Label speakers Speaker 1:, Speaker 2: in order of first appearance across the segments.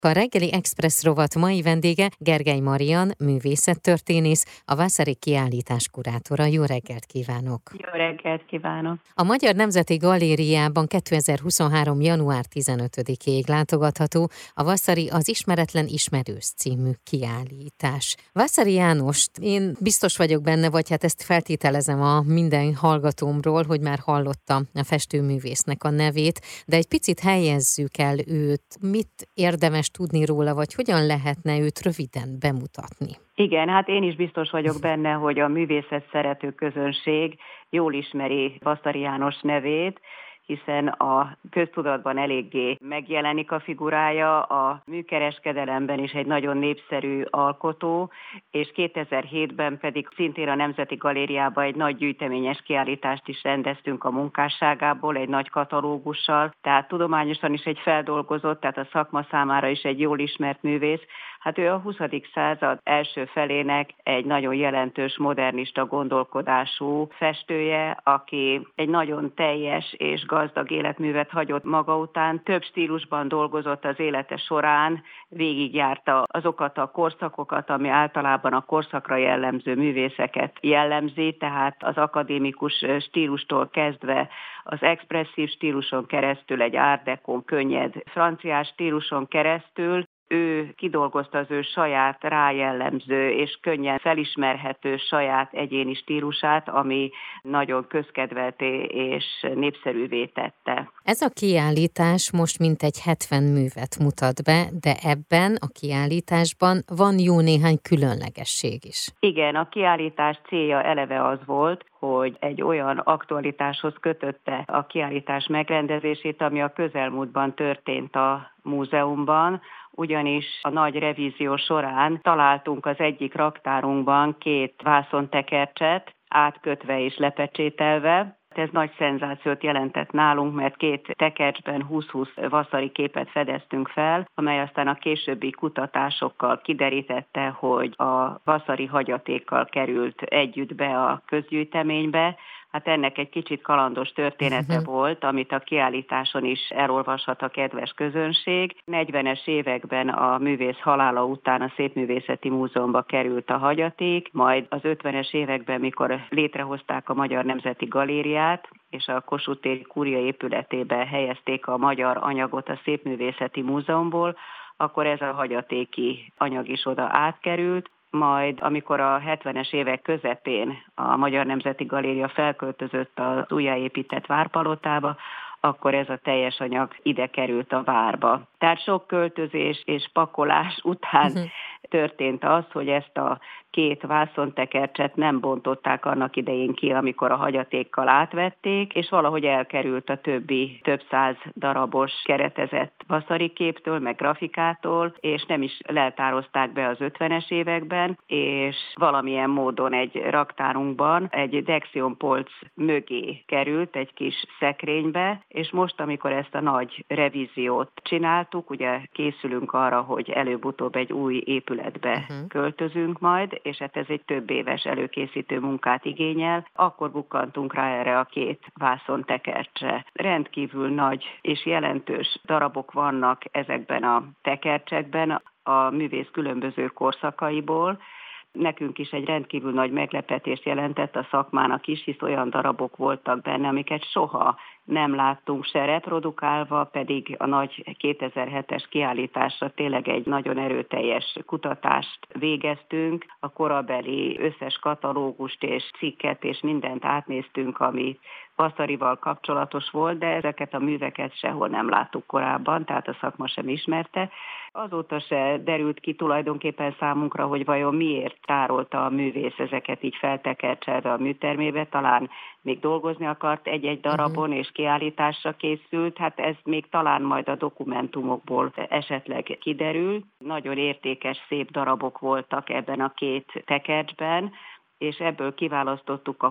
Speaker 1: A reggeli Express rovat mai vendége Gergely Marian, művészettörténész, a Vasari kiállítás kurátora. Jó reggelt kívánok!
Speaker 2: Jó reggelt kívánok!
Speaker 1: A Magyar Nemzeti Galériában 2023. január 15-ig látogatható a Vasari az Ismeretlen Ismerős című kiállítás. Vasari Jánost én biztos vagyok benne, vagy hát ezt feltételezem a minden hallgatómról, hogy már hallotta a festőművésznek a nevét, de egy picit helyezzük el őt. Mit érdemes tudni róla, vagy hogyan lehetne őt röviden bemutatni?
Speaker 2: Igen, hát én is biztos vagyok benne, hogy a művészet szerető közönség jól ismeri Vasari János nevét, hiszen a köztudatban eléggé megjelenik a figurája, a műkereskedelemben is egy nagyon népszerű alkotó, és 2007-ben pedig szintén a Nemzeti Galériában egy nagy gyűjteményes kiállítást is rendeztünk a munkásságából, egy nagy katalógussal, tehát tudományosan is egy feldolgozott, tehát a szakma számára is egy jól ismert művész. Hát ő a 20. század első felének egy nagyon jelentős modernista gondolkodású festője, aki egy nagyon teljes és gazdag életművet hagyott maga után. Több stílusban dolgozott az élete során, végigjárta azokat a korszakokat, ami általában a korszakra jellemző művészeket jellemzi, tehát az akadémikus stílustól kezdve az expresszív stíluson keresztül, egy art déco könnyed franciás stíluson keresztül, ő kidolgozta az ő saját rájellemző és könnyen felismerhető saját egyéni stílusát, ami nagyon közkedvelté és népszerűvé tette.
Speaker 1: Ez a kiállítás most mintegy 70 művet mutat be, de ebben a kiállításban van jó néhány különlegesség is.
Speaker 2: Igen, a kiállítás célja eleve az volt, hogy egy olyan aktualitáshoz kötötte a kiállítás megrendezését, ami a közelmúltban történt a múzeumban, ugyanis a nagy revízió során találtunk az egyik raktárunkban 2 vászontekercset, átkötve és lepecsételve. Ez nagy szenzációt jelentett nálunk, mert 2 tekercsben 20-20 Vasari képet fedeztünk fel, amely aztán a későbbi kutatásokkal kiderítette, hogy a Vasari hagyatékkal került együtt be a közgyűjteménybe. Hát ennek egy kicsit kalandos története volt, amit a kiállításon is elolvashat a kedves közönség. 40-es években a művész halála után a Szépművészeti Múzeumba került a hagyaték, majd az 50-es években, mikor létrehozták a Magyar Nemzeti Galériát, és a Kossuth téri Kúria épületébe helyezték a magyar anyagot a Szépművészeti Múzeumból, akkor ez a hagyatéki anyag is oda átkerült. Majd amikor a 70-es évek közepén a Magyar Nemzeti Galéria felköltözött az újjáépített Várpalotába, akkor ez a teljes anyag ide került a várba. Tehát sok költözés és pakolás után történt az, hogy ezt a 2 vászontekercset nem bontották annak idején ki, amikor a hagyatékkal átvették, és valahogy elkerült a többi több száz darabos keretezett Vasari képtől, meg grafikától, és nem is leltározták be az 50-es években, és valamilyen módon egy raktárunkban egy Dexion-polc mögé került egy kis szekrénybe, és most, amikor ezt a nagy revíziót csináltuk, ugye készülünk arra, hogy előbb-utóbb egy új épületbe költözünk majd, és hát ez egy több éves előkészítő munkát igényel, akkor bukkantunk rá erre a 2 vászontekercsre. Rendkívül nagy és jelentős darabok vannak ezekben a tekercsekben a művész különböző korszakaiból. Nekünk is egy rendkívül nagy meglepetést jelentett a szakmának is, hisz olyan darabok voltak benne, amiket soha nem láttunk se reprodukálva, pedig a nagy 2007-es kiállításra tényleg egy nagyon erőteljes kutatást végeztünk. A korabeli összes katalógust és cikket és mindent átnéztünk, ami Vasarival kapcsolatos volt, de ezeket a műveket sehol nem láttuk korábban, tehát a szakma sem ismerte. Azóta se derült ki tulajdonképpen számunkra, hogy vajon miért tárolta a művész ezeket így feltekercselve a műtermébe, talán még dolgozni akart egy-egy darabon, és kiállításra készült, hát ez még talán majd a dokumentumokból esetleg kiderül. Nagyon értékes, szép darabok voltak ebben a 2 tekercsben, és ebből kiválasztottuk a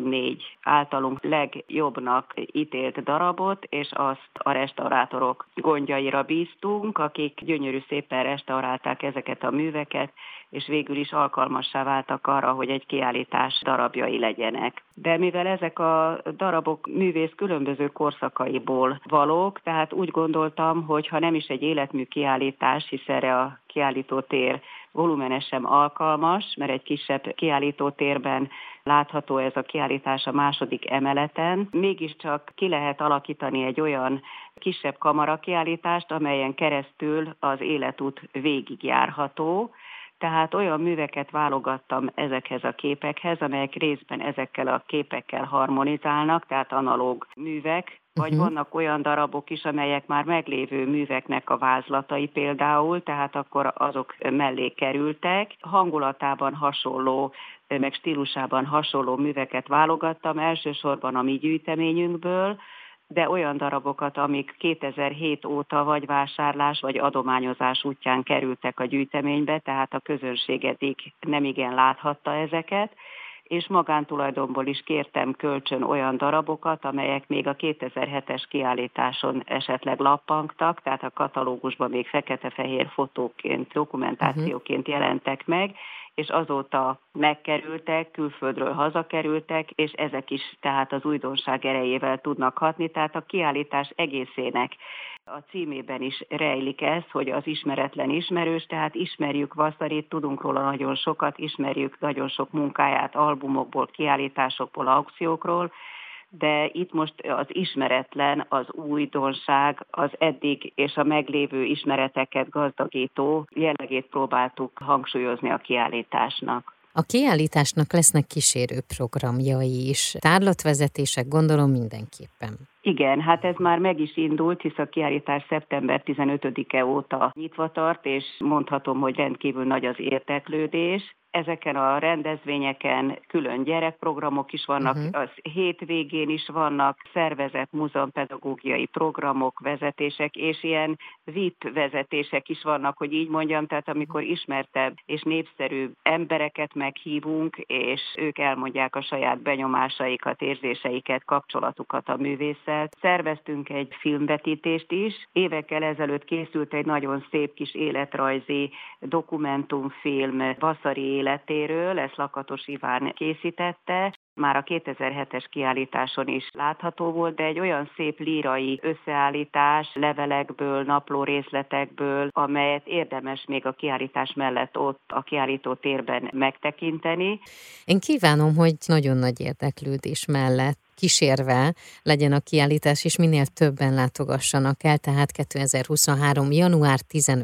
Speaker 2: 24 általunk legjobbnak ítélt darabot, és azt a restaurátorok gondjaira bíztunk, akik gyönyörű szépen restaurálták ezeket a műveket, és végül is alkalmassá váltak arra, hogy egy kiállítás darabjai legyenek. De mivel ezek a darabok művész különböző korszakaiból valók, tehát úgy gondoltam, hogy ha nem is egy életmű kiállítás, hisz erre a kiállítótér volumenesen alkalmas, mert egy kisebb kiállítótérben látható ez a kiállítás a második emeleten, mégiscsak ki lehet alakítani egy olyan kisebb kamarakiállítást, amelyen keresztül az életút végigjárható. Tehát olyan műveket válogattam ezekhez a képekhez, amelyek részben ezekkel a képekkel harmonizálnak, tehát analóg művek, vagy vannak olyan darabok is, amelyek már meglévő műveknek a vázlatai például, tehát akkor azok mellé kerültek. Hangulatában hasonló, meg stílusában hasonló műveket válogattam, elsősorban a mi gyűjteményünkből, de olyan darabokat, amik 2007 óta vagy vásárlás, vagy adományozás útján kerültek a gyűjteménybe, tehát a közönség eddig nemigen láthatta ezeket, és magántulajdonból is kértem kölcsön olyan darabokat, amelyek még a 2007-es kiállításon esetleg lappangtak, tehát a katalógusban még fekete-fehér fotóként, dokumentációként jelentek meg, és azóta megkerültek, külföldről hazakerültek, és ezek is tehát az újdonság erejével tudnak hatni. Tehát a kiállítás egészének a címében is rejlik ez, hogy az ismeretlen ismerős, tehát ismerjük Vaszarit, tudunk róla nagyon sokat, ismerjük nagyon sok munkáját albumokból, kiállításokból, aukciókról, de itt most az ismeretlen, az újdonság, az eddig és a meglévő ismereteket gazdagító jellegét próbáltuk hangsúlyozni a kiállításnak.
Speaker 1: A kiállításnak lesznek kísérő programjai is, tárlatvezetések, gondolom mindenképpen.
Speaker 2: Igen, hát ez már meg is indult, hisz a kiállítás szeptember 15-e óta nyitva tart, és mondhatom, hogy rendkívül nagy az érdeklődés. Ezeken a rendezvényeken külön gyerekprogramok is vannak, az hétvégén is vannak szervezett múzeumpedagógiai programok, vezetések, és ilyen VIP vezetések is vannak, hogy így mondjam, tehát amikor ismertebb és népszerűbb embereket meghívunk, és ők elmondják a saját benyomásaikat, érzéseiket, kapcsolatukat a művésszel. Szerveztünk egy filmvetítést is. Évekkel ezelőtt készült egy nagyon szép kis életrajzi dokumentumfilm Vasari életéről, ezt Lakatos Iván készítette. Már a 2007-es kiállításon is látható volt, de egy olyan szép lírai összeállítás levelekből, napló részletekből, amelyet érdemes még a kiállítás mellett ott a kiállító térben megtekinteni.
Speaker 1: Én kívánom, hogy nagyon nagy érdeklődés mellett kísérve legyen a kiállítás, és minél többen látogassanak el, tehát 2023. január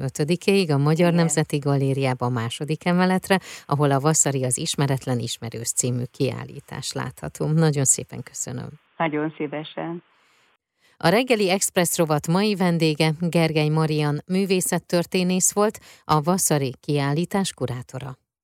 Speaker 1: 15-ig a Magyar Nemzeti Galériában a második emeletre, ahol a Vasari az ismeretlen ismerős című kiállítás látható. Nagyon szépen köszönöm.
Speaker 2: Nagyon szívesen.
Speaker 1: A reggeli Express rovat mai vendége Gergely Marian művészettörténész volt, a Vasari kiállítás kurátora.